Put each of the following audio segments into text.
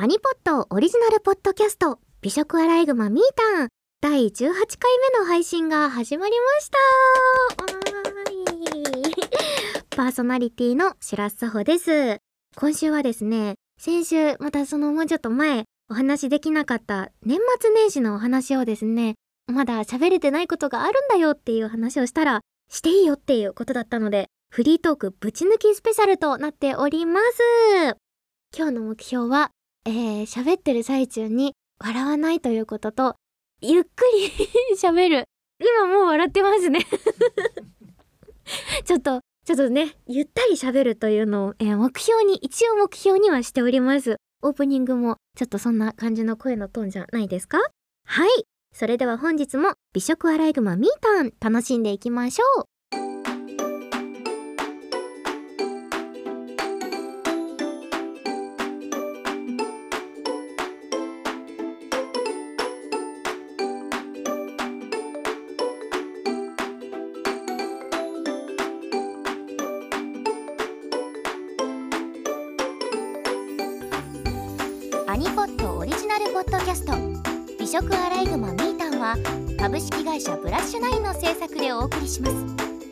アニポッドオリジナルポッドキャスト美食アライグマミータン第18回目の配信が始まりました。パーソナリティの白洲沙帆です。今週はですね、先週またもうちょっと前お話できなかった年末年始のお話をですね、まだ喋れてないことがあるんだよっていう話をしたらしていいよっていうことだったので、フリートークぶち抜きスペシャルとなっております。今日の目標は喋ってる最中に笑わないということと、ゆっくり喋る。今もう笑ってますねちょっとね、ゆったり喋るというのを、一応目標にはしております。オープニングもちょっとそんな感じの声のトーンじゃないですか？はい。それでは本日も美食アライグマミータン楽しんでいきましょう。アニポッドオリジナルポッドキャスト美食アライグマミータンは株式会社ブラッシュナインの制作でお送りします。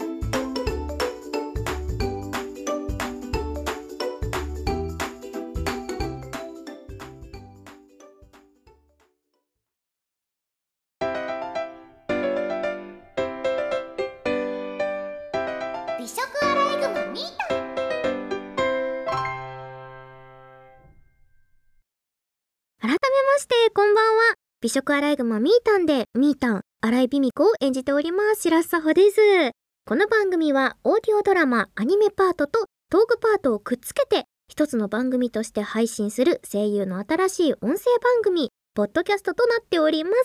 美食アライグマミータン。改めましてこんばんは。美食アライグマミータンでミータン新井美美子を演じております白洲沙帆です。この番組はオーディオドラマアニメパートとトークパートをくっつけて一つの番組として配信する声優の新しい音声番組ポッドキャストとなっております。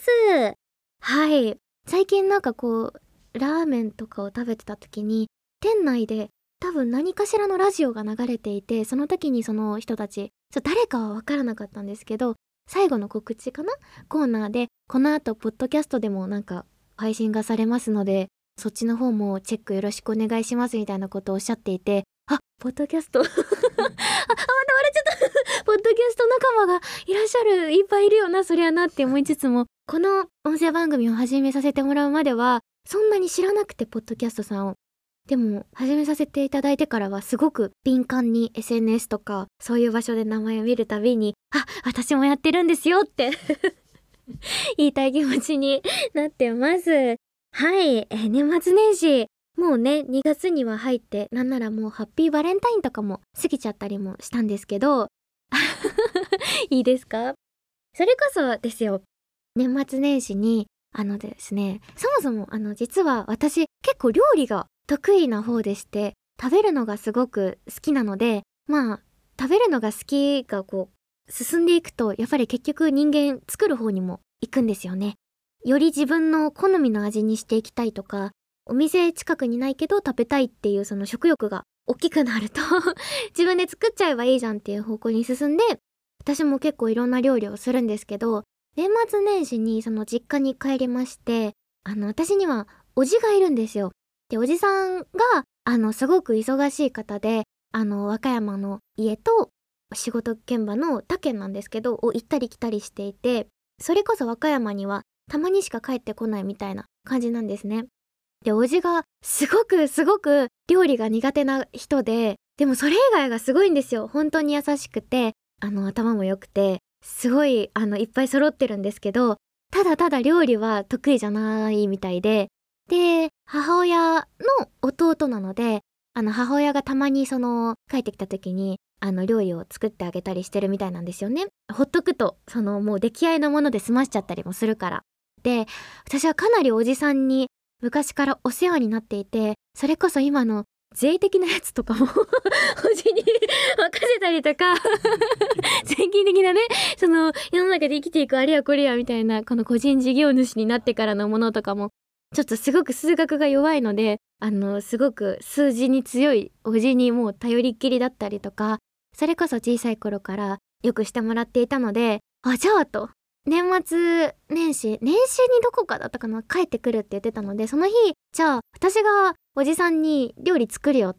はい、最近ラーメンとかを食べてた時に店内で多分何かしらのラジオが流れていて、その時にその人たち誰かは分からなかったんですけど、最後の告知かなコーナーでこの後ポッドキャストでも配信がされますのでそっちの方もチェックよろしくお願いしますみたいなことをおっしゃっていて、ポッドキャストまた笑っちゃったポッドキャスト仲間がいらっしゃる、いっぱいいるよなそりゃなって思いつつも、この音声番組を始めさせてもらうまではそんなに知らなくて、ポッドキャストさんをでも始めさせていただいてからはすごく敏感に SNS とかそういう場所で名前を見るたびに私もやってるんですよって言いたい気持ちになってます。はい、年末年始もうね2月には入って、なんならもうハッピーバレンタインとかも過ぎちゃったりもしたんですけどいいですか？それこそですよ、年末年始にですね、そもそも実は私結構料理が得意な方でして、食べるのがすごく好きなので、食べるのが好きが進んでいくとやっぱり結局人間作る方にも行くんですよね。より自分の好みの味にしていきたいとか、お店近くにないけど食べたいっていうその食欲が大きくなると自分で作っちゃえばいいじゃんっていう方向に進んで、私も結構いろんな料理をするんですけど、年末年始にその実家に帰りまして、私にはおじがいるんですよ。でおじさんがすごく忙しい方で、和歌山の家と仕事現場の他県なんですけどを行ったり来たりしていて、それこそ和歌山にはたまにしか帰ってこないみたいな感じなんですね。でおじがすごく料理が苦手な人で、でもそれ以外がすごいんですよ。本当に優しくて頭も良くてすごいいっぱい揃ってるんですけど、ただ料理は得意じゃないみたいで、母親の弟なので母親がたまに帰ってきた時に料理を作ってあげたりしてるみたいなんですよね。ほっとくともう出来合いのもので済ましちゃったりもするから。で私はかなりおじさんに昔からお世話になっていて、それこそ今の税的なやつとかもおじに任せたりとか税金的なね、世の中で生きていくあれやこれやみたいな、この個人事業主になってからのものとかもちょっとすごく数学が弱いので、すごく数字に強いおじにもう頼りっきりだったりとか、それこそ小さい頃からよくしてもらっていたので、じゃあと年末年始にどこかだったかな、帰ってくるって言ってたので、その日じゃあ私がおじさんに料理作るよと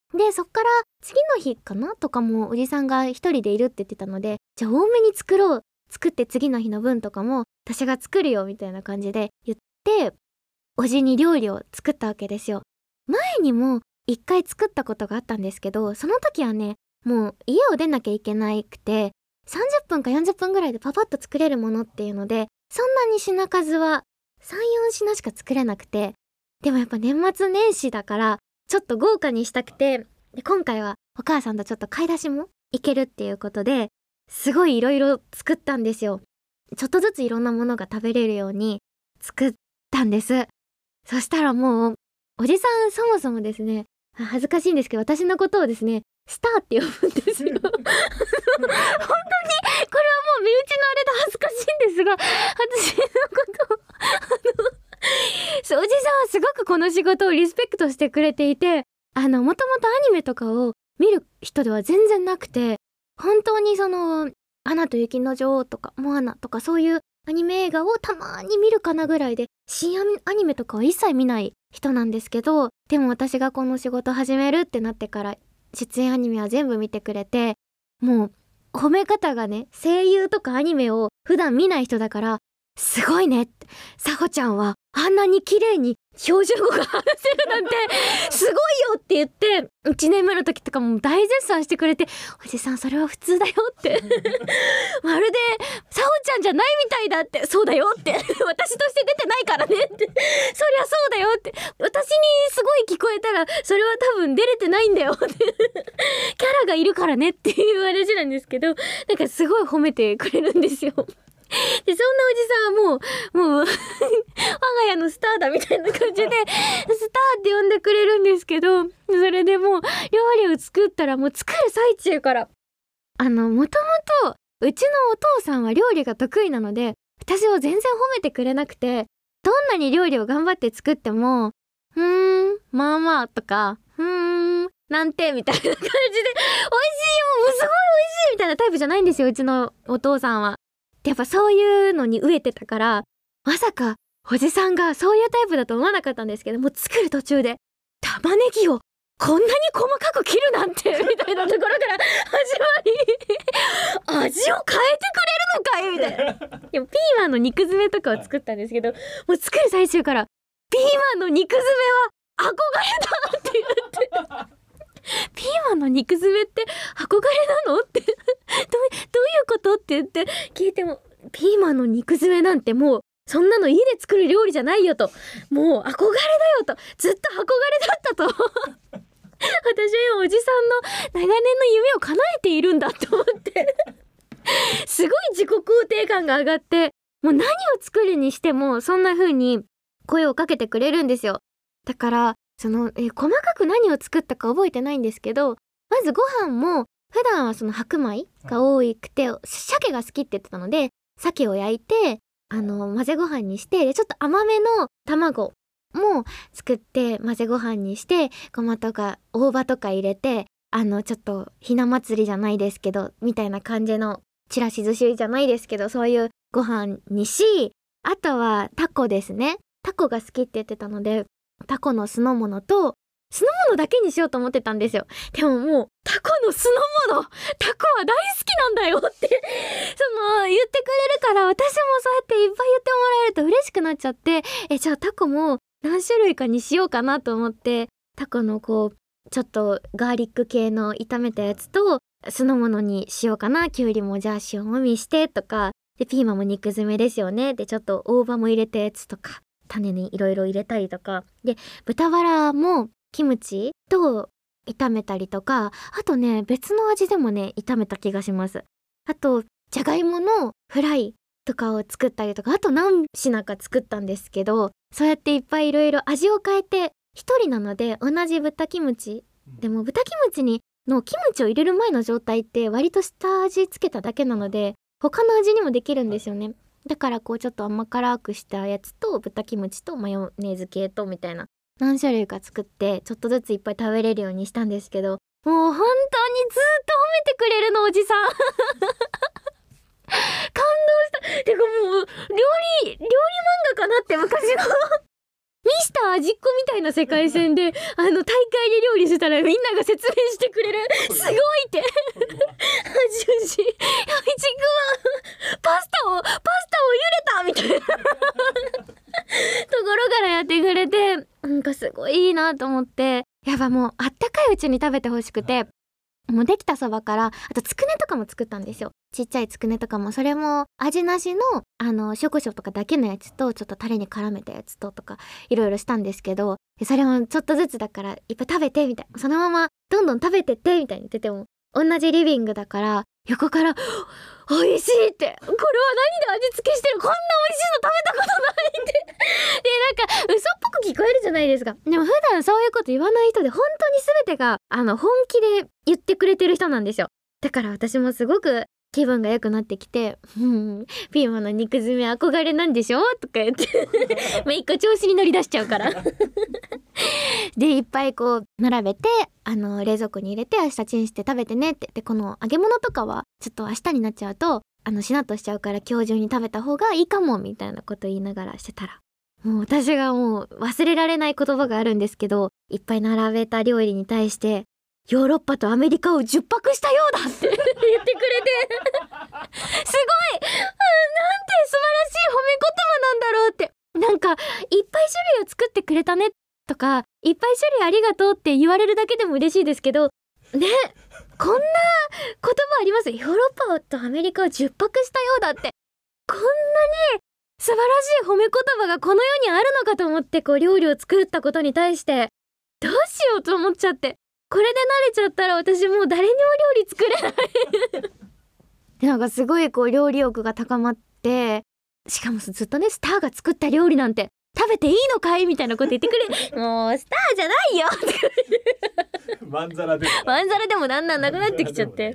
でそっから次の日かなとかもおじさんが一人でいるって言ってたので、じゃあ多めに作ろう、作って次の日の分とかも私が作るよみたいな感じで言って、おじに料理を作ったわけですよ。前にも一回作ったことがあったんですけど、その時はねもう家を出なきゃいけなくて30分か40分ぐらいでパパッと作れるものっていうので、そんなに品数は 3,4 品しか作れなくて、でもやっぱ年末年始だからちょっと豪華にしたくて、で今回はお母さんとちょっと買い出しも行けるっていうことですごいいろいろ作ったんですよ。ちょっとずついろんなものが食べれるように作ったんです。そしたらもうおじさんそもそもですね、恥ずかしいんですけど私のことをですねスターって呼ぶんですよ。本当にこれはもう身内のあれで恥ずかしいんですが、私のことをそうおじさんはすごくこの仕事をリスペクトしてくれていて、もともとアニメとかを見る人では全然なくて、本当にそのアナと雪の女王とかモアナとかそういうアニメ映画をたまに見るかなぐらいで、新アニメとかは一切見ない人なんですけど、でも私がこの仕事始めるってなってから出演アニメは全部見てくれて、もう褒め方がね、声優とかアニメを普段見ない人だからすごいねって、さほちゃんはあんなに綺麗に標準語が話せるなんてすごいよって言って1年目の時とかも大絶賛してくれて、おじさんそれは普通だよってまるでさほちゃんじゃないみたいだって、そうだよって私として出てないからねってそりゃそうだよって、私にすごい聞こえたらそれは多分出れてないんだよってキャラがいるからねっていう話なんですけど、なんかすごい褒めてくれるんですよ。でそんなおじさんはもう我が家のスターだみたいな感じでスターって呼んでくれるんですけど、それでもう料理を作ったらもう作る最中からもともとうちのお父さんは料理が得意なので私を全然褒めてくれなくて、どんなに料理を頑張って作ってもまあまあとかなんてみたいな感じで、美味しいよもうすごい美味しいみたいなタイプじゃないんですよ、うちのお父さんは。やっぱそういうのに飢えてたから、まさかおじさんがそういうタイプだと思わなかったんですけど、もう作る途中で玉ねぎをこんなに細かく切るなんてみたいなところから始まり味を変えてくれるのかいみたいな。でもピーマンの肉詰めとかを作ったんですけど、もう作る最中からピーマンの肉詰めは憧れだって言ってピーマンの肉詰めって憧れなのってどういうことって言って聞いても、ピーマンの肉詰めなんてもうそんなの家で作る料理じゃないよと、もう憧れだよと、ずっと憧れだったと私は今おじさんの長年の夢を叶えているんだと思ってすごい自己肯定感が上がって、もう何を作るにしてもそんな風に声をかけてくれるんですよ。だから細かく何を作ったか覚えてないんですけど、まずご飯も普段はその白米が多くて鮭が好きって言ってたので、鮭を焼いて混ぜご飯にして、でちょっと甘めの卵も作って混ぜご飯にして、ごまとか大葉とか入れてちょっとひな祭りじゃないですけどみたいな感じのちらし寿司じゃないですけど、そういうご飯にし、あとはタコですね。タコが好きって言ってたのでタコの酢の物と酢の物だけにしようと思ってたんですよ。でももうタコの酢の物、タコは大好きなんだよって言ってくれるから、私もそうやっていっぱい言ってもらえると嬉しくなっちゃって、じゃあタコも何種類かにしようかなと思って、タコのちょっとガーリック系の炒めたやつと酢の物にしようかな、きゅうりもじゃあ塩もみしてとかで、ピーマンも肉詰めですよね、でちょっと大葉も入れたやつとか種にいろいろ入れたりとかで、豚バラもキムチと炒めたりとか、あとね別の味でもね炒めた気がします。あとじゃがいものフライとかを作ったりとか、あと何品か作ったんですけど、そうやっていっぱいいろいろ味を変えて、一人なので同じ豚キムチでも豚キムチのキムチを入れる前の状態って割と下味つけただけなので他の味にもできるんですよね。だからちょっと甘辛くしたやつと豚キムチとマヨネーズ系とみたいな何種類か作ってちょっとずついっぱい食べれるようにしたんですけど、もう本当にずっと褒めてくれるのおじさん感動した。てかもう料理漫画かなって、昔のもスター味っ子みたいな世界線で大会で料理したらみんなが説明してくれる。すごいってジュンジ、いちくはパスタを茹でたみたいなところからやってくれて、なんかすごいいいなと思って、やっぱもうあったかいうちに食べてほしくて、もうできたそばから、あとつくねとかも作ったんですよ。ちっちゃいつくねとかも、それも味なしの紹興酒とかだけのやつと、ちょっとタレに絡めたやつとかいろいろしたんですけど、それもちょっとずつだからいっぱい食べてみたいな、そのままどんどん食べてってみたいに言ってても、同じリビングだから横から美味しいって、これは何で味付けしてる、こんな美味しいの食べたことないってで、なんか嘘っぽく聞こえるじゃないですか。でも普段そういうこと言わない人で、本当に全てが本気で言ってくれてる人なんですよ。だから私もすごく気分が良くなってきて、ピーマンの肉詰め憧れなんでしょとか言ってめいっ子調子に乗り出しちゃうからでいっぱいこう並べて冷蔵庫に入れて、明日チンして食べてねって。でこの揚げ物とかはちょっと明日になっちゃうとしなっとしちゃうから、今日中に食べた方がいいかもみたいなこと言いながらしてたら、もう私がもう忘れられない言葉があるんですけど、いっぱい並べた料理に対してヨーロッパとアメリカを10泊したようだって言ってくれてすごい、なんて素晴らしい褒め言葉なんだろうって。なんかいっぱい種類を作ってくれたねとか、いっぱい種類ありがとうって言われるだけでも嬉しいですけどね、こんな言葉あります？ヨーロッパとアメリカを10泊したようだって。こんなに素晴らしい褒め言葉がこの世にあるのかと思って、こう料理を作ったことに対してどうしようと思っちゃって、これで慣れちゃったら私もう誰にも料理作れないで、なんかすごいこう料理欲が高まって、しかもずっとね、スターが作った料理なんて食べていいのかいみたいなこと言ってくれもうスターじゃないよまんざらでもだんだんなくなってきちゃって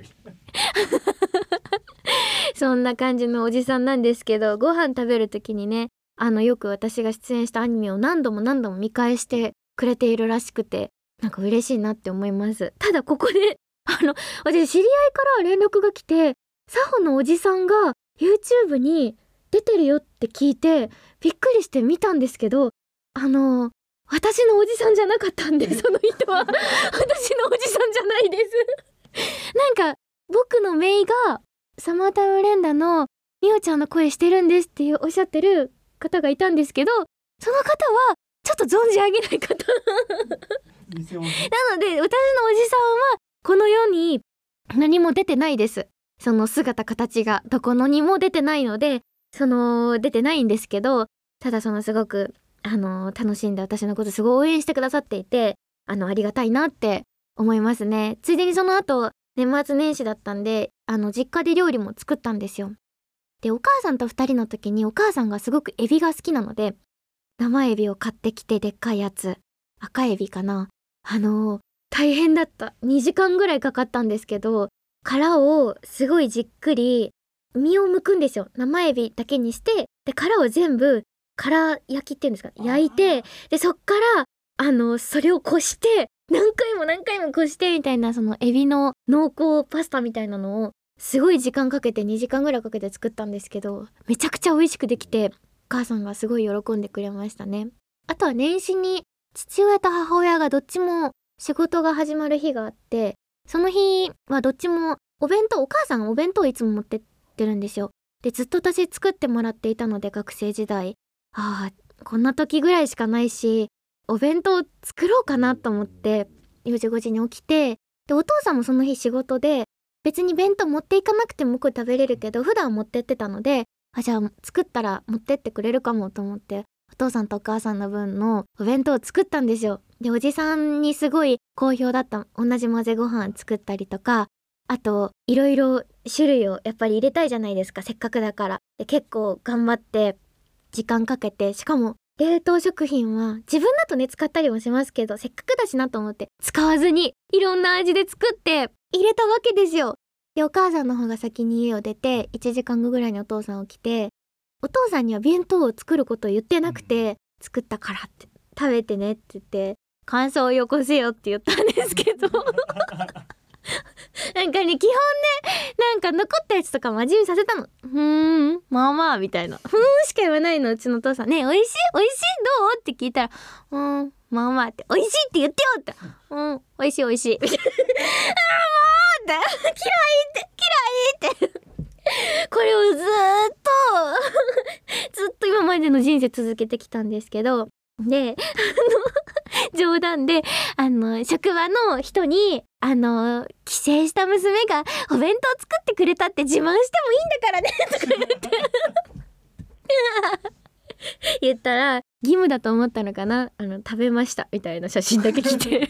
そんな感じのおじさんなんですけど、ご飯食べる時にね、よく私が出演したアニメを何度も見返してくれているらしくて、なんか嬉しいなって思います。ただここで私知り合いから連絡が来て、サホのおじさんが YouTube に出てるよって聞いてびっくりして見たんですけど、私のおじさんじゃなかったんで、その人は私のおじさんじゃないですなんか僕の姪がサマータイム連打のみおちゃんの声してるんですっておっしゃってる方がいたんですけど、その方はちょっと存じ上げない方なので、私のおじさんはこの世に何も出てないです。その姿形がどこのにも出てないので、出てないんですけど、ただすごく楽しんで私のことすごい応援してくださっていて、ありがたいなって思いますね。ついでにその後年末年始だったんで、実家で料理も作ったんですよ。でお母さんと2人の時に、お母さんがすごくエビが好きなので、生エビを買ってきて、でっかいやつ、赤エビかな、大変だった。2時間ぐらいかかったんですけど、殻をすごいじっくり身を剥くんですよ。生エビだけにして、で殻を全部殻焼きっていうんですか、焼いて、でそっからそれをこして何回もこしてみたいな、そのエビの濃厚パスタみたいなのをすごい時間かけて、2時間ぐらいかけて作ったんですけど、めちゃくちゃ美味しくできて、お母さんがすごい喜んでくれましたね。あとは年始に父親と母親がどっちも仕事が始まる日があって、その日はどっちもお母さんがお弁当をいつも持ってってるんですよ。でずっと私作ってもらっていたので、学生時代、こんな時ぐらいしかないし、お弁当作ろうかなと思って4時5時に起きて、でお父さんもその日仕事で、別に弁当持っていかなくてもこれ食べれるけど、普段持ってってたので、じゃあ作ったら持ってってくれるかもと思って、お父さんとお母さんの分のお弁当を作ったんですよ。でおじさんにすごい好評だった同じ混ぜご飯作ったりとか、あといろいろ種類をやっぱり入れたいじゃないですか、せっかくだから。で結構頑張って時間かけて、しかも冷凍食品は自分だとね使ったりもしますけど、せっかくだしなと思って使わずにいろんな味で作って入れたわけですよ。でお母さんの方が先に家を出て、1時間後ぐらいにお父さん起きて、お父さんには弁当を作ることを言ってなくて、作ったからって食べてねって言って感想をよこせよって言ったんですけどなんかね、基本ね、なんか残ったやつとかも味見させたの。まあまあみたいな。しか言わないの、うちのお父さん。ねえ、美味しいどうって聞いたら、まあまあって、美味しいって言ってよって。美味しい。みたいな。もうって、嫌いって。これをずっと今までの人生続けてきたんですけど、で、冗談で、職場の人に、帰省した娘がお弁当作ってくれたって自慢してもいいんだからね、とか言って。言ったら、義務だと思ったのかな、食べました、みたいな写真だけ来て。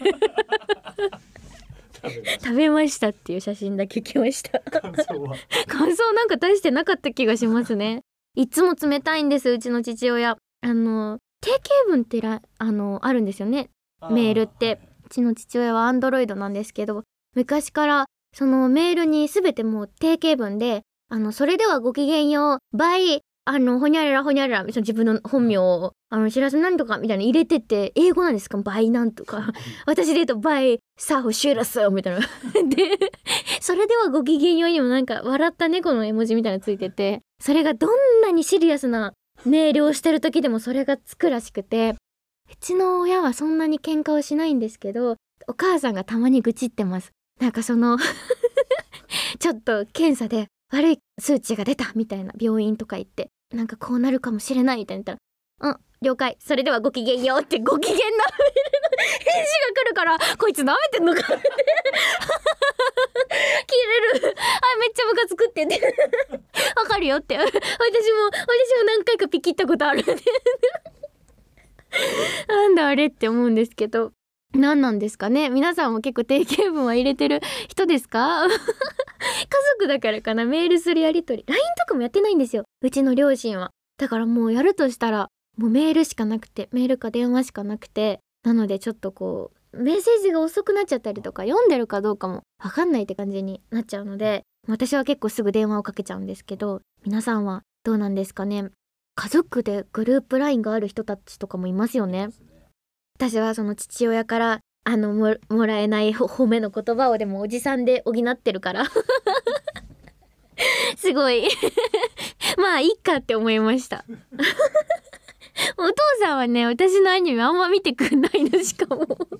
食べましたっていう写真だけ来ました。感想なんか出してなかった気がしますね。いつも冷たいんです、うちの父親。定型文ってあるんですよね、メールって。うちの父親はアンドロイドなんですけど、昔からそのメールに全てもう定型文で、それではごきげんよう、バイ、ほにゃらら、自分の本名を、知らせなんとかみたいな入れてて、英語なんですか、バイなんとか。私で言うと、バイ、サーフ、シュラスみたいな。で、それではごきげんようにもなんか、笑った猫の絵文字みたいなのついてて、それがどんなにシリアスなメールをしてる時でもそれがつくらしくて、うちの親はそんなに喧嘩をしないんですけど、お母さんがたまに愚痴ってます。なんかちょっと検査で悪い数値が出たみたいな、病院とか行って、なんかこうなるかもしれないみたいな言ったら、了解、それではごきげんようってご機嫌なメールの返事が来るから、こいつ舐めてんのかって切れる。めっちゃムカつくって言ってわかるよって私も何回かピキったことあるなんだあれって思うんですけど、何なんですかね。皆さんも結構定型文は入れてる人ですか家族だからかな、メールするやりとり LINE とかもやってないんですよ、うちの両親は。だからもうやるとしたらもうメールしかなくて、メールか電話しかなくて、なのでちょっとこうメッセージが遅くなっちゃったりとか、読んでるかどうかも分かんないって感じになっちゃうので、私は結構すぐ電話をかけちゃうんですけど、皆さんはどうなんですかね。家族でグループ LINE がある人たちとかもいますよね。私はその父親からもらえない褒めの言葉をでもおじさんで補ってるからすごいまあいいかって思いましたお父さんはね、私のアニメあんま見てくんないの。しかもほんと相棒の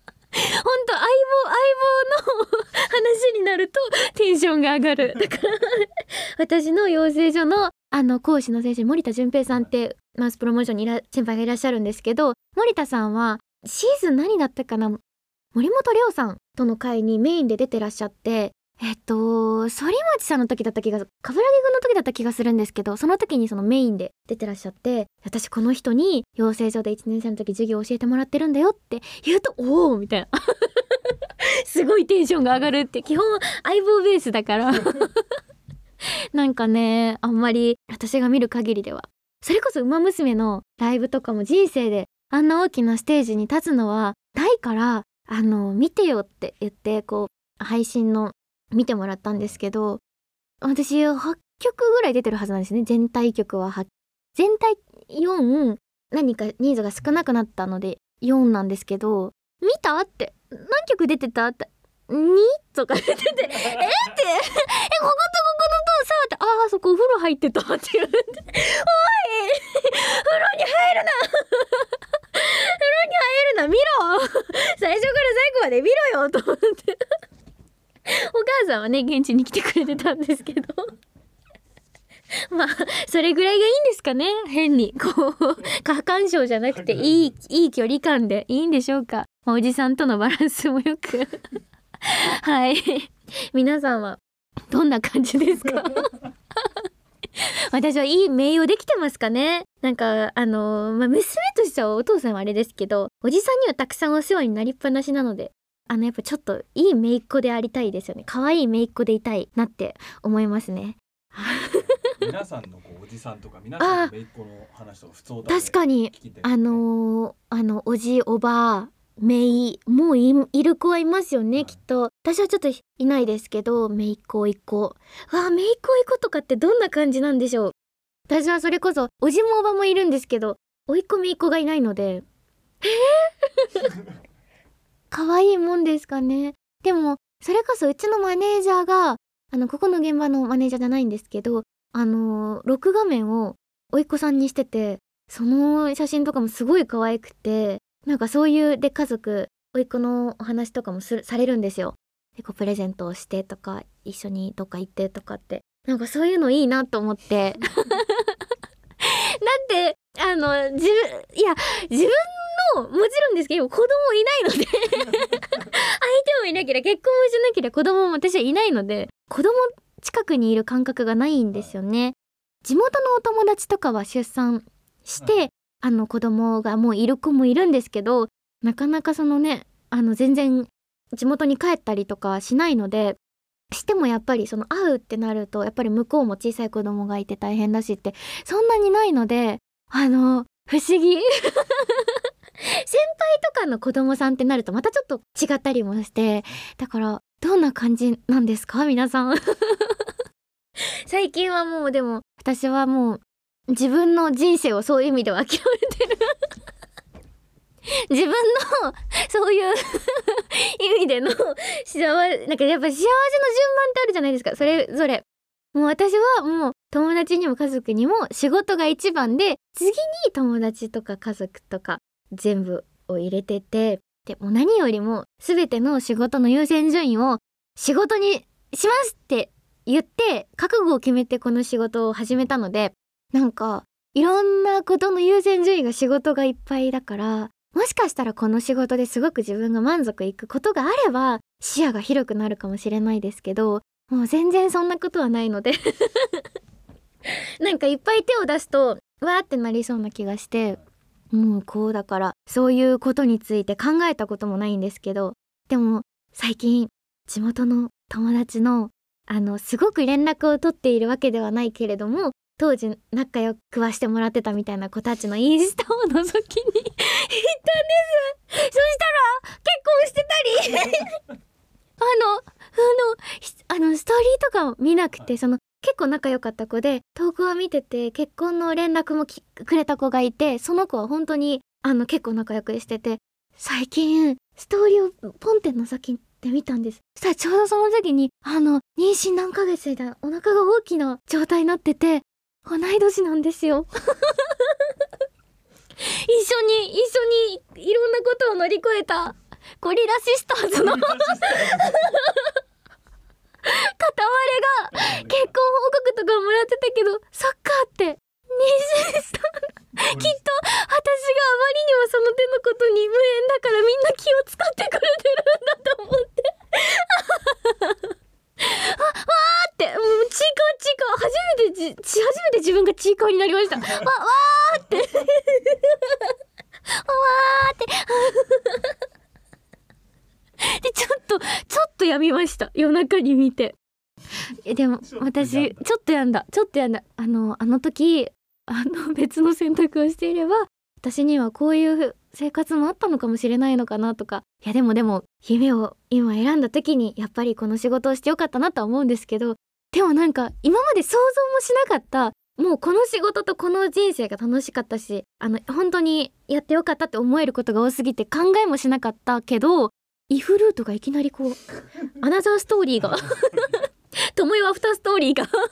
話になるとテンションが上がる。だから私の養成所の講師の先生、森田純平さんってマウスプロモーションに先輩がいらっしゃるんですけど、森田さんはシーズン何だったかな、森本レオさんとの回にメインで出てらっしゃって、反町さんの時だった気が、冠城くんの時だった気がするんですけど、その時にそのメインで出てらっしゃって、私この人に養成所で1年生の時授業教えてもらってるんだよって言うと、おおみたいなすごいテンションが上がるって。基本相棒ベースだからなんかね、あんまり私が見る限りでは、それこそウマ娘のライブとかも人生であんな大きなステージに立つのはないから、見てよって言ってこう配信の見てもらったんですけど、私8曲ぐらい出てるはずなんですね。全体曲は全体4、何か人数が少なくなったので4なんですけど、見たって何曲出てたって2とか出ててってこことこことさって、そこお風呂入ってたって言われておい風呂に入るな見ろ最初から最後まで見ろよと思ってお母さんはね現地に来てくれてたんですけどまあそれぐらいがいいんですかね。変にこう過干渉じゃなくていい距離感でいいんでしょうか。おじさんとのバランスもよくはい皆さんはどんな感じですか私はいい名誉できてますかね。なんか娘としてはお父さんはあれですけど、おじさんにはたくさんお世話になりっぱなしなので、やっぱちょっといい姪っ子でありたいですよね。可愛い姪っ子でいたいなって思いますね皆さんのおじさんとか皆さんの姪っ子の話とか普通だね。 確かにおじおば姪もういる子はいますよね、きっと。私はちょっといないですけど、姪っ子甥っ子、姪っ子甥っ子とかってどんな感じなんでしょう。私はそれこそおじもおばもいるんですけど、甥っ子姪っ子がいないので可愛いもんですかね。でもそれこそうちのマネージャーがここの現場のマネージャーじゃないんですけど録画面を甥っ子さんにしてて、その写真とかもすごい可愛くて、なんかそういうで家族甥っ子のお話とかもされるんですよ。でプレゼントをしてとか一緒にどっか行ってとかって、なんかそういうのいいなと思ってだって自分のもちろんですけど子供いないので相手もいなければ結婚もしなければ子供も私はいないので、子供近くにいる感覚がないんですよね。地元のお友達とかは出産して子供がもういる子もいるんですけど、なかなかそのね全然地元に帰ったりとかしないので、してもやっぱりその会うってなるとやっぱり向こうも小さい子供がいて大変だしってそんなにないので不思議先輩とかの子供さんってなるとまたちょっと違ったりもして、だからどんな感じなんですか皆さん最近はもうでも私はもう自分の人生をそういう意味では諦めてる自分のそういう意味でのなんかやっぱ幸せの順番ってあるじゃないですか、それぞれ。もう私はもう友達にも家族にも仕事が一番で、次に友達とか家族とか全部を入れてて、でも何よりも全ての仕事の優先順位を仕事にしますって言って覚悟を決めてこの仕事を始めたので、なんかいろんなことの優先順位が仕事がいっぱいだから、もしかしたらこの仕事ですごく自分が満足いくことがあれば視野が広くなるかもしれないですけど、もう全然そんなことはないのでなんかいっぱい手を出すとわーってなりそうな気がして、もうこうだからそういうことについて考えたこともないんですけど、でも最近地元の友達のすごく連絡を取っているわけではないけれども当時仲良くはしてもらってたみたいな子たちのインスタを覗きに行ったんです。そしたら結婚してたりストーリーとかを見なくて、結構仲良かった子で投稿を見てて結婚の連絡もくれた子がいて、その子は本当に結構仲良くしてて、最近ストーリーをポンって覗いてみたんです。そしたらちょうどその時に妊娠何ヶ月でお腹が大きな状態になってて、同い年なんですよ一緒にいろんなことを乗り越えたゴリラシスターズの片割れが結婚報告とかもらってたけど、そっかって妊娠したきっと私があまりにもその手のことに無縁だからみんな気を使ってくれてるんだと思ってわーってもうちいかわ初めて自分がちいかわになりましたわーってわーってでちょっとやみました、夜中に見て。でも私ちょっとやんだあの時別の選択をしていれば私にはこういう生活もあったのかもしれないのかなとか。いやでも夢を今選んだ時にやっぱりこの仕事をしてよかったなとは思うんですけど、でもなんか今まで想像もしなかった、もうこの仕事とこの人生が楽しかったし本当にやってよかったって思えることが多すぎて考えもしなかったけど、イフルートがいきなりこうアナザーストーリーがともよアフターストーリーがふ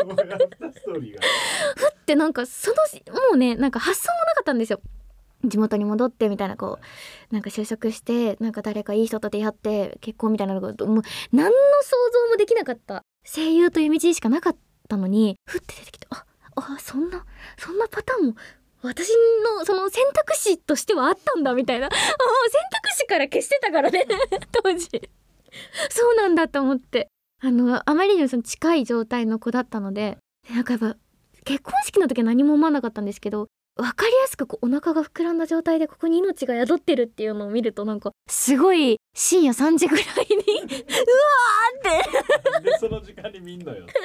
ってなんかもうねなんか発想もなかったんですよ。地元に戻ってみたいななんか就職してなんか誰かいい人と出会って結婚みたいなのがもう何の想像もできなかった声優という道しかなかったのに、ふって出てきてそんなパターンも私のその選択肢としてはあったんだみたいな、もう選択肢から消してたからね当時そうなんだと思って、あまりにもその近い状態の子だったので、なんかやっぱ結婚式の時は何も思わなかったんですけど、分かりやすくお腹が膨らんだ状態でここに命が宿ってるっていうのを見るとなんかすごい深夜3時ぐらいにうわーってでその時間に見んのようわー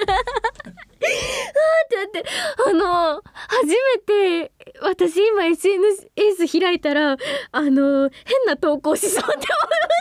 ってなって初めて私今 SNS 開いたら変な投稿しそうって思いま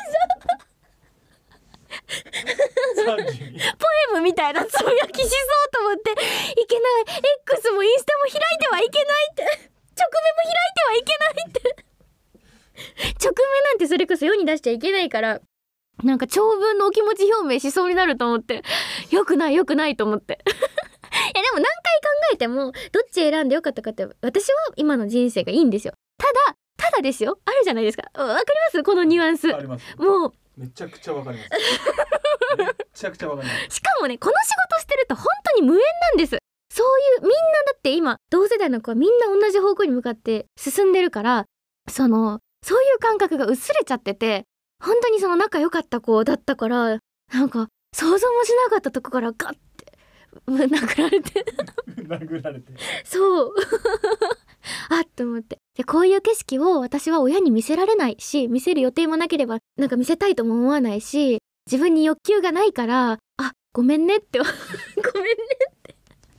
したポエムみたいなつぶやきしそうと思って、いけない X もインスタも開いてはいけないって直面も開いてはいけないって直面なんてそれこそ世に出しちゃいけないからなんか長文のお気持ち表明しそうになると思って、よくないと思っていやでも何回考えてもどっち選んでよかったかって、私は今の人生がいいんですよ。ただですよ、あるじゃないですか。わかりますこのニュアンス。 あります。 もうめちゃくちゃわかりますめちゃくちゃわかります。 しかもね、この仕事してると本当に無縁なんです。そういうみんなだって今同世代の子はみんな同じ方向に向かって進んでるから、そういう感覚が薄れちゃってて、本当にその仲良かった子だったから、なんか想像もしなかったとこからガッて殴られて殴られてそうあっと思って、でこういう景色を私は親に見せられないし、見せる予定もなければなんか見せたいとも思わないし、自分に欲求がないから、あ、ごめんねってごめんねって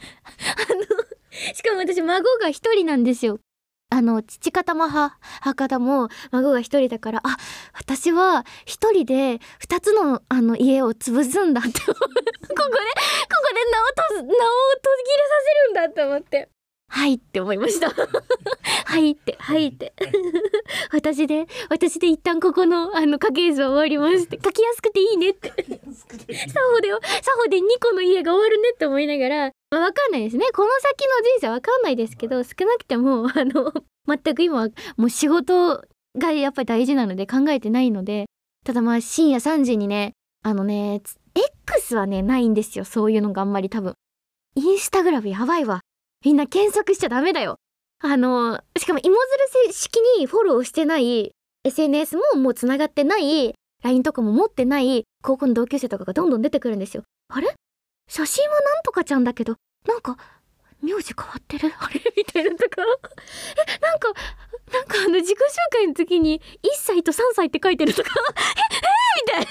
しかも私孫が一人なんですよ。父方も母方も孫が一人だから、あ、私は一人で二つの家を潰すんだってここで名を途切れさせせるんだって思って、はいって思いましたはいって私で一旦ここの家系図は終わりますって、書きやすくていいねって作法で2個の家が終わるねって思いながら、まあ、わかんないですね、この先の人生わかんないですけど、少なくても全く今はもう仕事がやっぱり大事なので考えてないので、ただまあ深夜3時にね、X はねないんですよ、そういうのがあんまり。多分インスタグラムやばいわ、みんな検索しちゃダメだよ。しかも芋づる式にフォローしてない SNS もうつながってない LINE とかも持ってない高校の同級生とかがどんどん出てくるんですよ。あれ、写真はなんとかちゃんだけどなんか名字変わってるあれみたいなとかなんか自己紹介の時に1歳と3歳って書いてるとかみたいな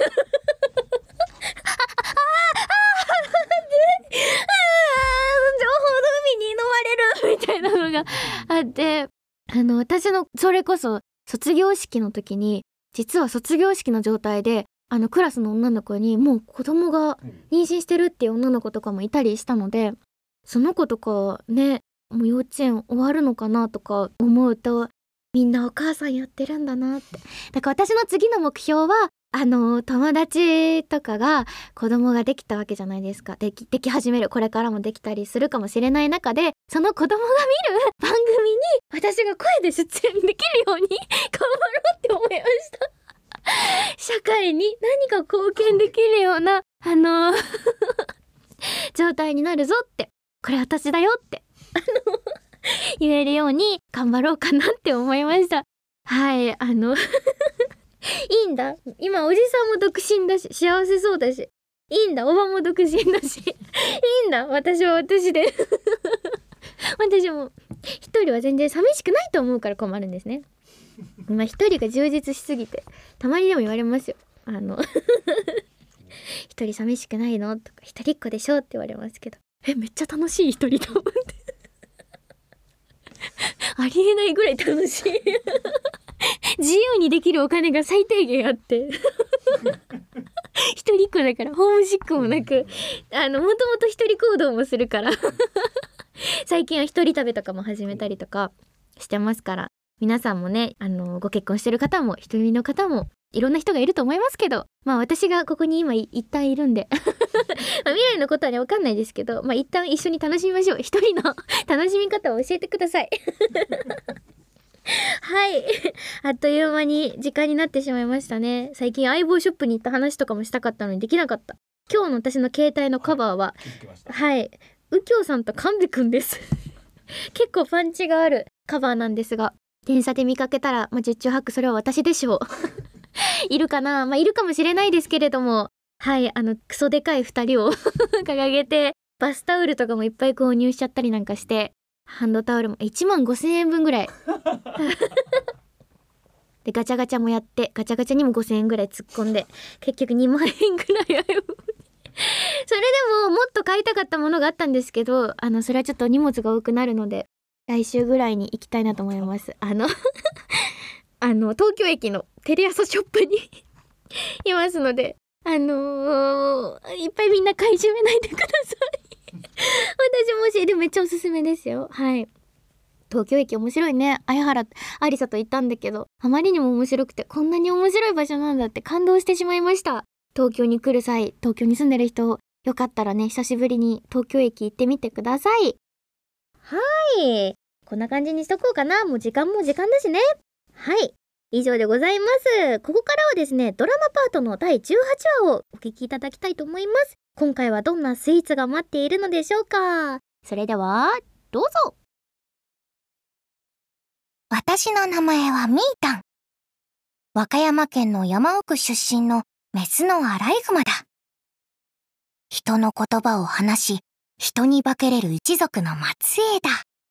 情報の海に飲まれるみたいなのがあって、私のそれこそ卒業式の時に、実は卒業式の状態でクラスの女の子にもう子供が妊娠してるっていう女の子とかもいたりしたので、その子とかね、もう幼稚園終わるのかなとか思うと、みんなお母さんやってるんだなって。だから私の次の目標は友達とかが子供ができたわけじゃないですか。でき始める、これからもできたりするかもしれない中で、その子供が見る番組に私が声で出演できるように頑張ろうって思いました社会に何か貢献できるような状態になるぞって、これ私だよって言えるように頑張ろうかなって思いました。はい、いいんだ、今おじさんも独身だし幸せそうだし、いいんだ、おばも独身だしいいんだ、私は私で私も一人は全然寂しくないと思うから困るんですね。まあ一人が充実しすぎてたまにでも言われますよ。一人寂しくないのとか、一人っ子でしょって言われますけど、めっちゃ楽しい一人と思ってありえないぐらい楽しい自由にできるお金が最低限あって一人っ子だからホームシックもなく、もともと一人行動もするから最近は一人旅とかも始めたりとかしてますから、皆さんもね、ご結婚してる方も一人の方もいろんな人がいると思いますけど、まあ私がここに今一旦いるんでまあ未来のことはね分かんないですけど、まあ一旦一緒に楽しみましょう。一人の楽しみ方を教えてくださいはいあっという間に時間になってしまいましたね。最近相棒ショップに行った話とかもしたかったのにできなかった。今日の私の携帯のカバーははい右京さんと神戸くんです結構パンチがあるカバーなんですが、電車で見かけたら、十中八九それは私でしょういるかな、いるかもしれないですけれども、はい、クソでかい2人を掲げてバスタオルとかもいっぱい購入しちゃったりなんかして、ハンドタオルも15,000円分ぐらいでガチャガチャもやって、ガチャガチャにも5,000円ぐらい突っ込んで、結局2万円ぐらいそれでももっと買いたかったものがあったんですけど、それはちょっと荷物が多くなるので来週ぐらいに行きたいなと思います東京駅のテレ朝ショップにいますので、いっぱいみんな買い占めないでください私もしでもめっちゃおすすめですよ。はい、 東京駅面白いね。綾原ありさと行ったんだけど、あまりにも面白くて、こんなに面白い場所なんだって感動してしまいました。東京に来る際、東京に住んでる人、よかったらね、久しぶりに東京駅行ってみてください。はい。こんな感じにしとこうかな。もう時間だしね。はい。以上でございます。ここからはですね、ドラマパートの第18話をお聞きいただきたいと思います。今回はどんなスイーツが待っているのでしょうか。それでは、どうぞ。 私の名前はみーたん。和歌山県の山奥出身のメスのアライグマだ。人の言葉を話し、人に化けれる一族の末裔だ。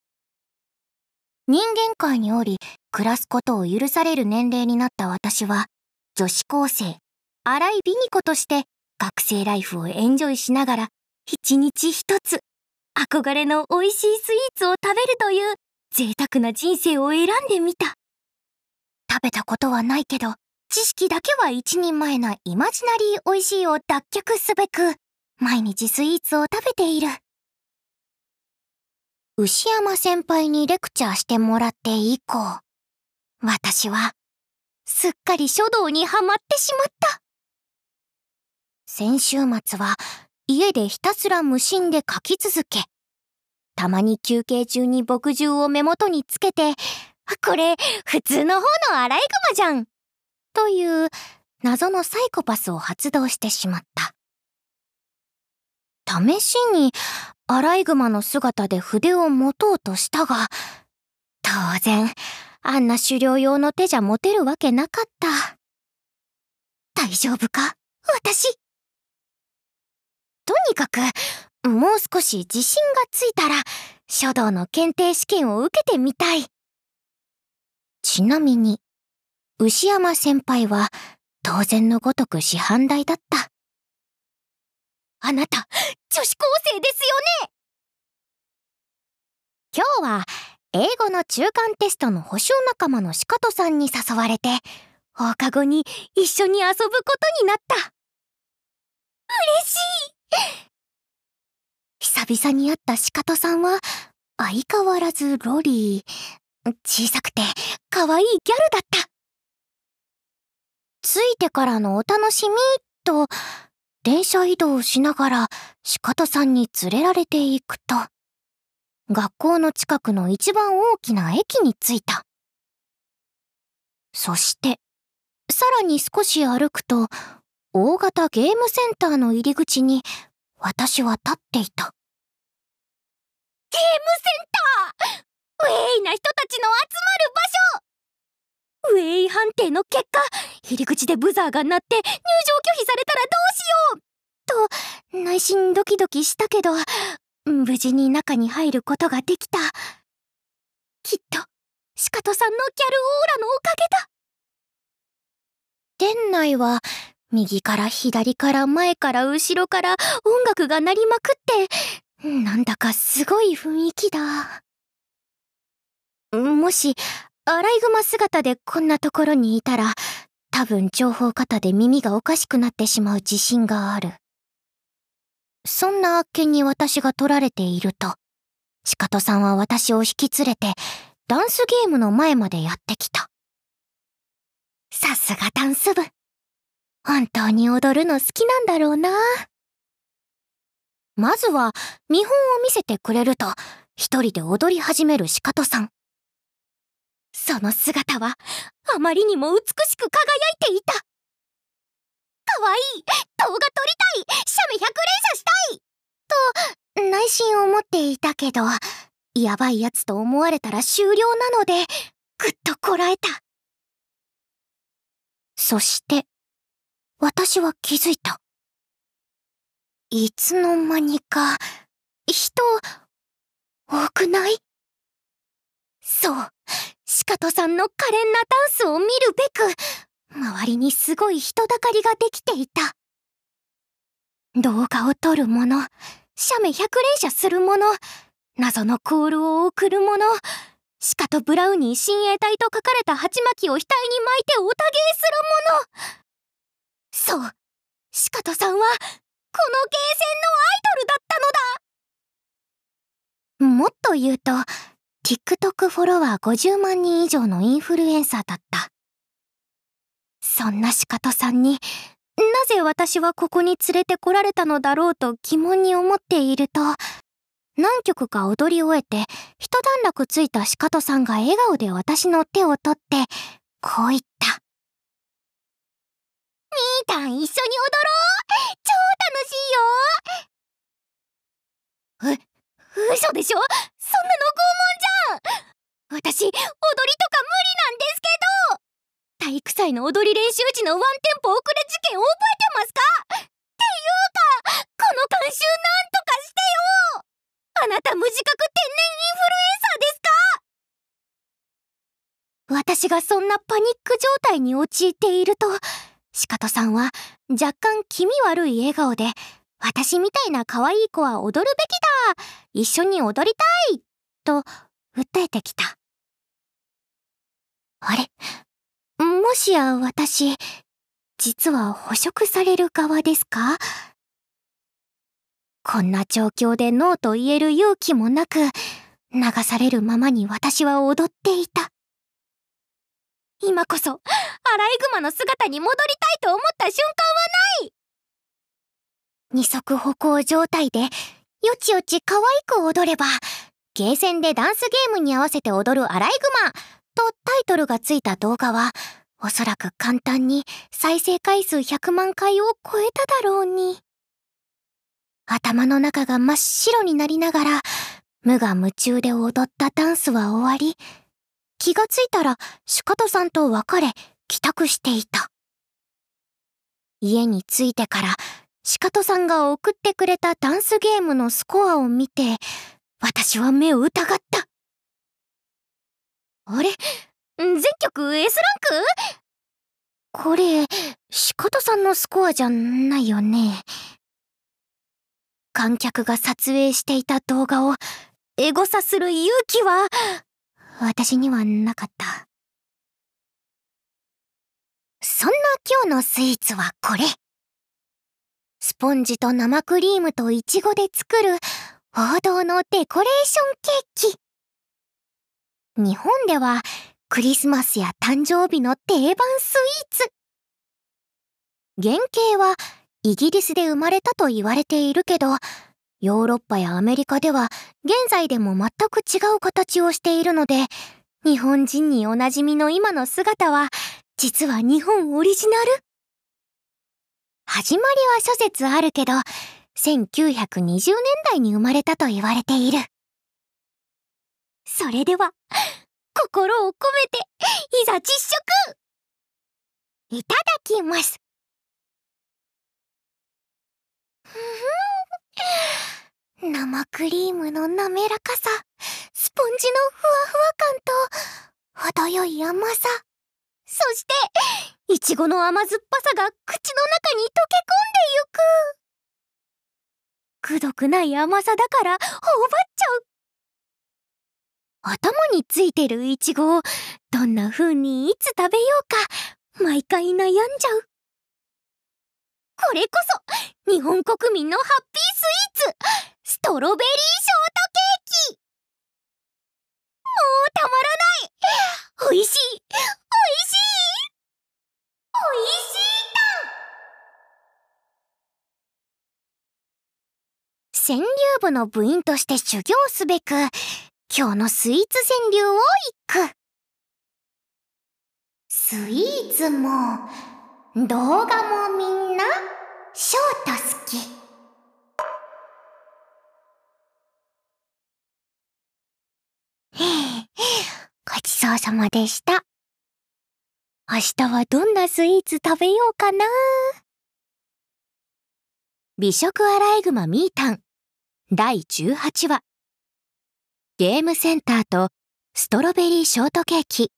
人間界におり、暮らすことを許される年齢になった私は、女子高生、新井美美子として学生ライフをエンジョイしながら、一日一つ、憧れの美味しいスイーツを食べるという贅沢な人生を選んでみた。食べたことはないけど、知識だけは一人前なイマジナリー美味しいを脱却すべく、毎日スイーツを食べている。牛山先輩にレクチャーしてもらって以降、私はすっかり書道にはまってしまった。先週末は家でひたすら無心で書き続け、たまに休憩中に墨汁を目元につけて、これ普通の方のアライグマじゃんという謎のサイコパスを発動してしまった。試しにアライグマの姿で筆を持とうとしたが、当然あんな狩猟用の手じゃ持てるわけなかった。大丈夫か私。とにかくもう少し自信がついたら書道の検定試験を受けてみたい。ちなみに牛山先輩は当然のごとく師範代だった。あなた女子高生ですよね。今日は英語の中間テストの補習仲間のシカトさんに誘われて放課後に一緒に遊ぶことになった。嬉しい。久々に会ったシカトさんは相変わらずロリー、小さくて可愛いギャルだった。着いてからのお楽しみと電車移動しながらシカトさんに連れられていくと、学校の近くの一番大きな駅に着いた。そしてさらに少し歩くと大型ゲームセンターの入り口に私は立っていた。ゲームセンター、ウェイな人たちの集まる場所。ウェイ判定の結果、入り口でブザーが鳴って入場拒否されたらどうしようと内心ドキドキしたけど、無事に中に入ることができた。きっとシカトさんのギャルオーラのおかげだ。店内は右から左から前から後ろから音楽が鳴りまくって、なんだかすごい雰囲気だ。もしアライグマ姿でこんなところにいたら、多分情報過多で耳がおかしくなってしまう自信がある。そんなあっけに私が取られていると、シカトさんは私を引き連れてダンスゲームの前までやってきた。さすがダンス部。本当に踊るの好きなんだろうな。まずは見本を見せてくれると、一人で踊り始めるシカトさん。その姿はあまりにも美しく輝いていた。かわいい、動画撮りたい、写メ100連写したいと内心思っていたけど、やばいやつと思われたら終了なのでぐっとこらえた。そして私は気づいた。いつの間にか人多くない？そう、シカトさんの可憐なダンスを見るべく周りにすごい人だかりができていた。動画を撮る者、写メ100連写する者、謎のコールを送る者、シカトブラウニー親衛隊と書かれた鉢巻きを額に巻いておたげする者。そう、シカトさんはこのゲーセンのアイドルだったのだ。もっと言うと、 TikTok フォロワー50万人以上のインフルエンサーだった。そんなシカトさんに、なぜ私はここに連れてこられたのだろうと疑問に思っていると、何曲か踊り終えて一段落ついたシカトさんが笑顔で私の手を取って、こう言った。みーたん一緒に踊ろう！超楽しいよ！嘘でしょ？そんなの拷問じゃん！私、踊りとか無理なんですけど！体育祭の踊り練習時のワンテンポ遅れ事件覚えてますか？っていうか、この監修なんとかしてよ！あなた無自覚天然インフルエンサーですか？私がそんなパニック状態に陥っていると、シカトさんは若干気味悪い笑顔で、私みたいな可愛い子は踊るべきだ！一緒に踊りたい！と訴えてきた。あれ？もしや私、実は捕食される側ですか？こんな状況でノーと言える勇気もなく、流されるままに私は踊っていた。今こそ、アライグマの姿に戻りたいと思った瞬間はない！二足歩行状態で、よちよち可愛く踊れば、ゲーセンでダンスゲームに合わせて踊るアライグマとタイトルがついた動画は、おそらく簡単に再生回数100万回を超えただろうに。頭の中が真っ白になりながら、無我夢中で踊ったダンスは終わり、気がついたらシカトさんと別れ、帰宅していた。家に着いてから、シカトさんが送ってくれたダンスゲームのスコアを見て、私は目を疑った。あれ？全曲 S ランク？これ、シカトさんのスコアじゃないよね。観客が撮影していた動画をエゴサする勇気は、私にはなかった。そんな今日のスイーツはこれ。スポンジと生クリームとイチゴで作る王道のデコレーションケーキ。日本ではクリスマスや誕生日の定番スイーツ。原型はイギリスで生まれたと言われているけど、ヨーロッパやアメリカでは現在でも全く違う形をしているので、日本人におなじみの今の姿は実は日本オリジナル。始まりは諸説あるけど、1920年代に生まれたと言われている。それでは、心を込めて、いざ実食！いただきます。生クリームの滑らかさ、スポンジのふわふわ感と、程よい甘さ、そして、いちごの甘酸っぱさが口の中に溶け込んでゆく。くどくない甘さだから頬張っちゃう。頭についてるいちごをどんな風にいつ食べようか毎回悩んじゃう。これこそ日本国民のハッピースイーツ、ストロベリーショートケーキ。もうたまらない。おいしい、おいしい、おいしいたん。川柳部の部員として修行すべく、今日のスイーツ川柳を一句。スイーツも動画もみんなショート好き。ごちそうさまでした。明日はどんなスイーツ食べようかな。美食アライグマみーたん第18話。ゲームセンターとストロベリーショートケーキ。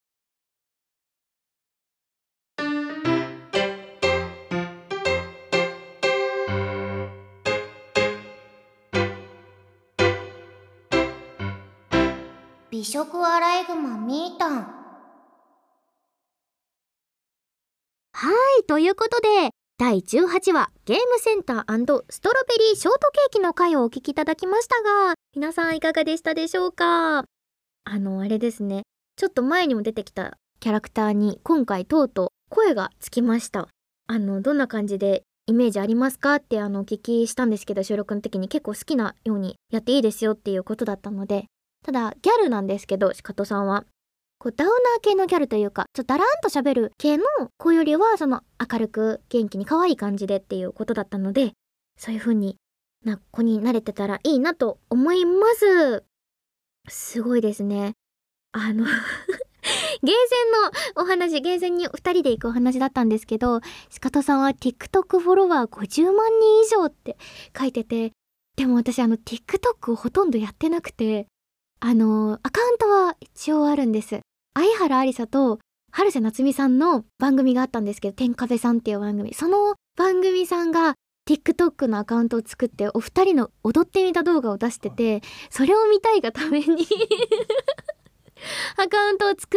美食アライグマみーたん。 はい、ということで、第18話ゲームセンター&ストロベリーショートケーキの回をお聞きいただきましたが、皆さんいかがでしたでしょうか？ あれですね、ちょっと前にも出てきたキャラクターに今回とうとう声がつきました。どんな感じでイメージありますかってお聞きしたんですけど、収録の時に結構好きなようにやっていいですよっていうことだったので、ただギャルなんですけど、シカトさんはこうダウナー系のギャルというか、ちょっとダラーンと喋る系の子よりは、その明るく元気に可愛い感じでっていうことだったので、そういう風にな子に慣れてたらいいなと思います。すごいですね。ゲーセンのお話、ゲーセンに2人で行くお話だったんですけど、シカトさんは TikTok フォロワー50万人以上って書いてて、でも私TikTok をほとんどやってなくて、アカウントは一応あるんです。相原ありさと春瀬夏美さんの番組があったんですけど、天壁さんっていう番組、その番組さんが TikTok のアカウントを作ってお二人の踊ってみた動画を出してて、それを見たいがためにアカウントを作って、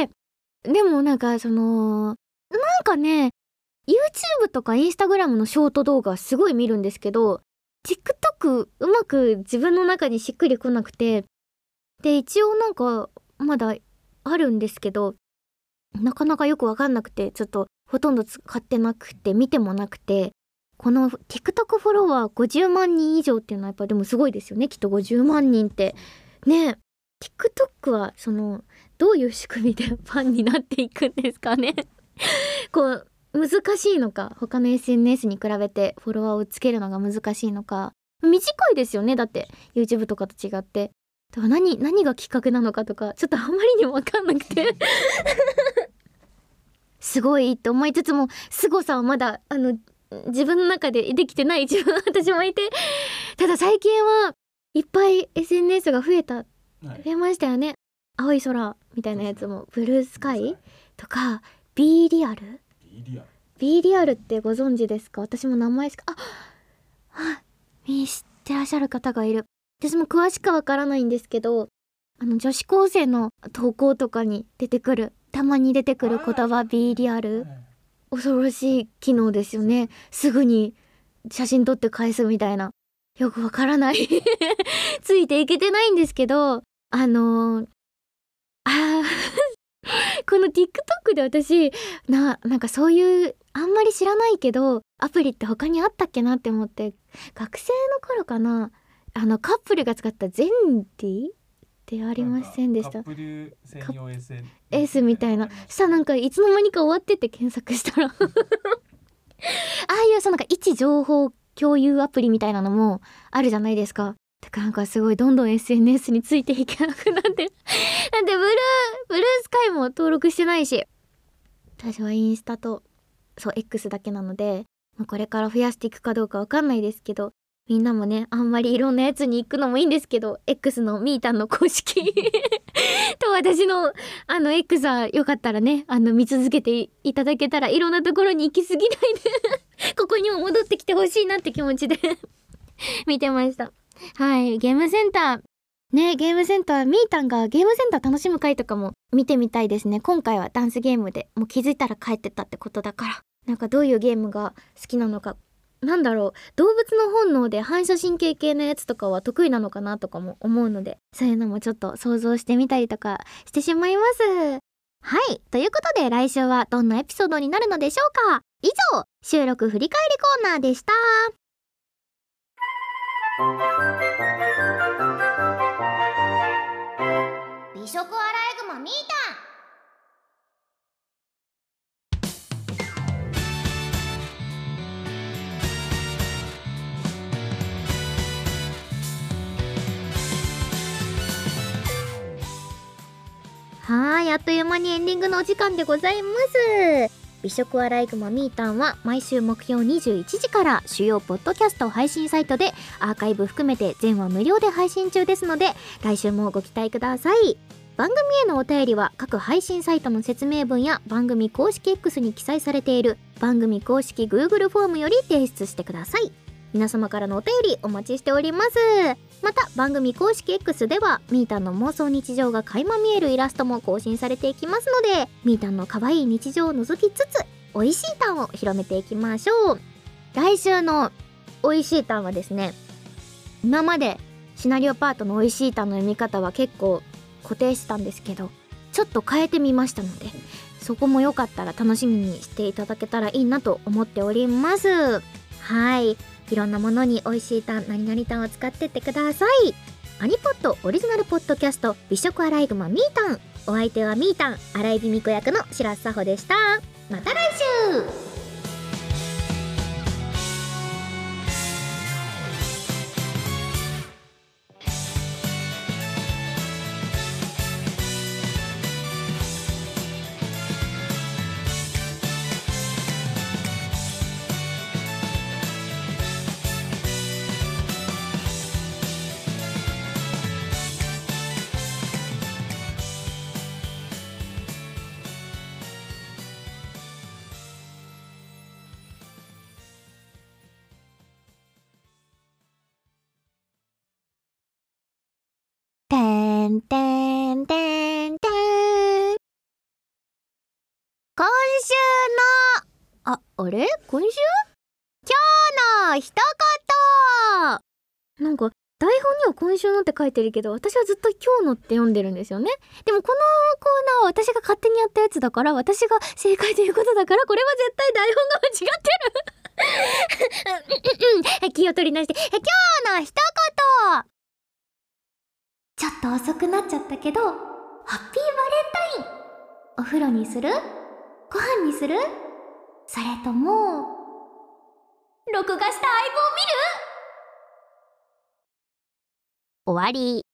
でもなんかね、YouTube とか Instagram のショート動画すごい見るんですけど、TikTok うまく自分の中にしっくりこなくて、で一応なんかまだあるんですけど、なかなかよくわかんなくて、ちょっとほとんど使ってなくて見てもなくて、この TikTok フォロワー50万人以上っていうのはやっぱでもすごいですよね。きっと50万人ってね。TikTok はどういう仕組みでファンになっていくんですかねこう難しいのか、他の SNS に比べてフォロワーをつけるのが難しいのか。短いですよね、だって YouTube とかと違って。だから何がきっかけなのかとかちょっとあんまりにも分かんなくてすごいって思いつつも、凄さはまだ自分の中でできてない自分私もいて、ただ最近はいっぱい SNS が増えましたよね。青い空みたいなやつも、ブルースカイとか B リアル B リアルってご存知ですか？私も名前しか知ってらっしゃる方がいる。私も詳しくわからないんですけど、女子高生の投稿とかにたまに出てくる言葉 B リアル、恐ろしい機能ですよね。すぐに写真撮って返すみたいな、よくわからないついていけてないんですけど、この TikTok で私なんかそういうあんまり知らないけどアプリって他にあったっけなって思って、学生の頃かな、カップルが使ったゼンディってありませんでした？ カップル専用 S みたいな。したらなんかいつの間にか終わってて検索したらああいうなんか位置情報共有アプリみたいなのもあるじゃないですか。だからなんかすごいどんどん SNS についていけなくなってだってブルースカイも登録してないし、私はインスタとX だけなので、これから増やしていくかどうかわかんないですけど、みんなもね、あんまりいろんなやつに行くのもいいんですけど、 X のみーたんの公式と私のX はよかったらね、見続けていただけたら、いろんなところに行き過ぎないでここにも戻ってきてほしいなって気持ちで見てました。はい、ゲームセンターね、ゲームセンター、みーたんがゲームセンター楽しむ回とかも見てみたいですね。今回はダンスゲームで、もう気づいたら帰ってたってことだから、なんかどういうゲームが好きなのか、なんだろう、動物の本能で反射神経系のやつとかは得意なのかなとかも思うので、そういうのもちょっと想像してみたりとかしてしまいます。はい、ということで来週はどんなエピソードになるのでしょうか。以上、収録振り返りコーナーでした。 美食アライグマみーたん。 はい、あっという間にエンディングのお時間でございます。美食アライグマみーたんは毎週目標21時から主要ポッドキャスト配信サイトでアーカイブ含めて全話無料で配信中ですので、来週もご期待ください。番組へのお便りは各配信サイトの説明文や番組公式 X に記載されている番組公式 Google フォームより提出してください。皆様からのお便りお待ちしております。また番組公式 X ではみーたんの妄想日常が垣間見えるイラストも更新されていきますので、みーたんの可愛い日常を覗きつつ美味しいタンを広めていきましょう。来週の美味しいタンはですね、今までシナリオパートの美味しいタンの読み方は結構固定してたんですけど、ちょっと変えてみましたので、そこもよかったら楽しみにしていただけたらいいなと思っております。はい、いろんなものに美味しいタン、何々タンを使ってってください。アニポッドオリジナルポッドキャスト美食アライグマみーたん、お相手はみーたん、荒井美美子役の白洲沙穂でした。また来週。 てんてんてんてん。今週の、 あれ今週今日の一言。 なんか台本には今週のって書いてるけど、私はずっと今日のって読んでるんですよね。でもこのコーナーは私が勝手にやったやつだから、私が正解ということだから、これは絶対台本が間違ってる。気を取り直して、 今日の一言。ちょっと遅くなっちゃったけど、ハッピーバレンタイン。お風呂にする？ご飯にする？それとも、録画した相棒見る？ 終わり。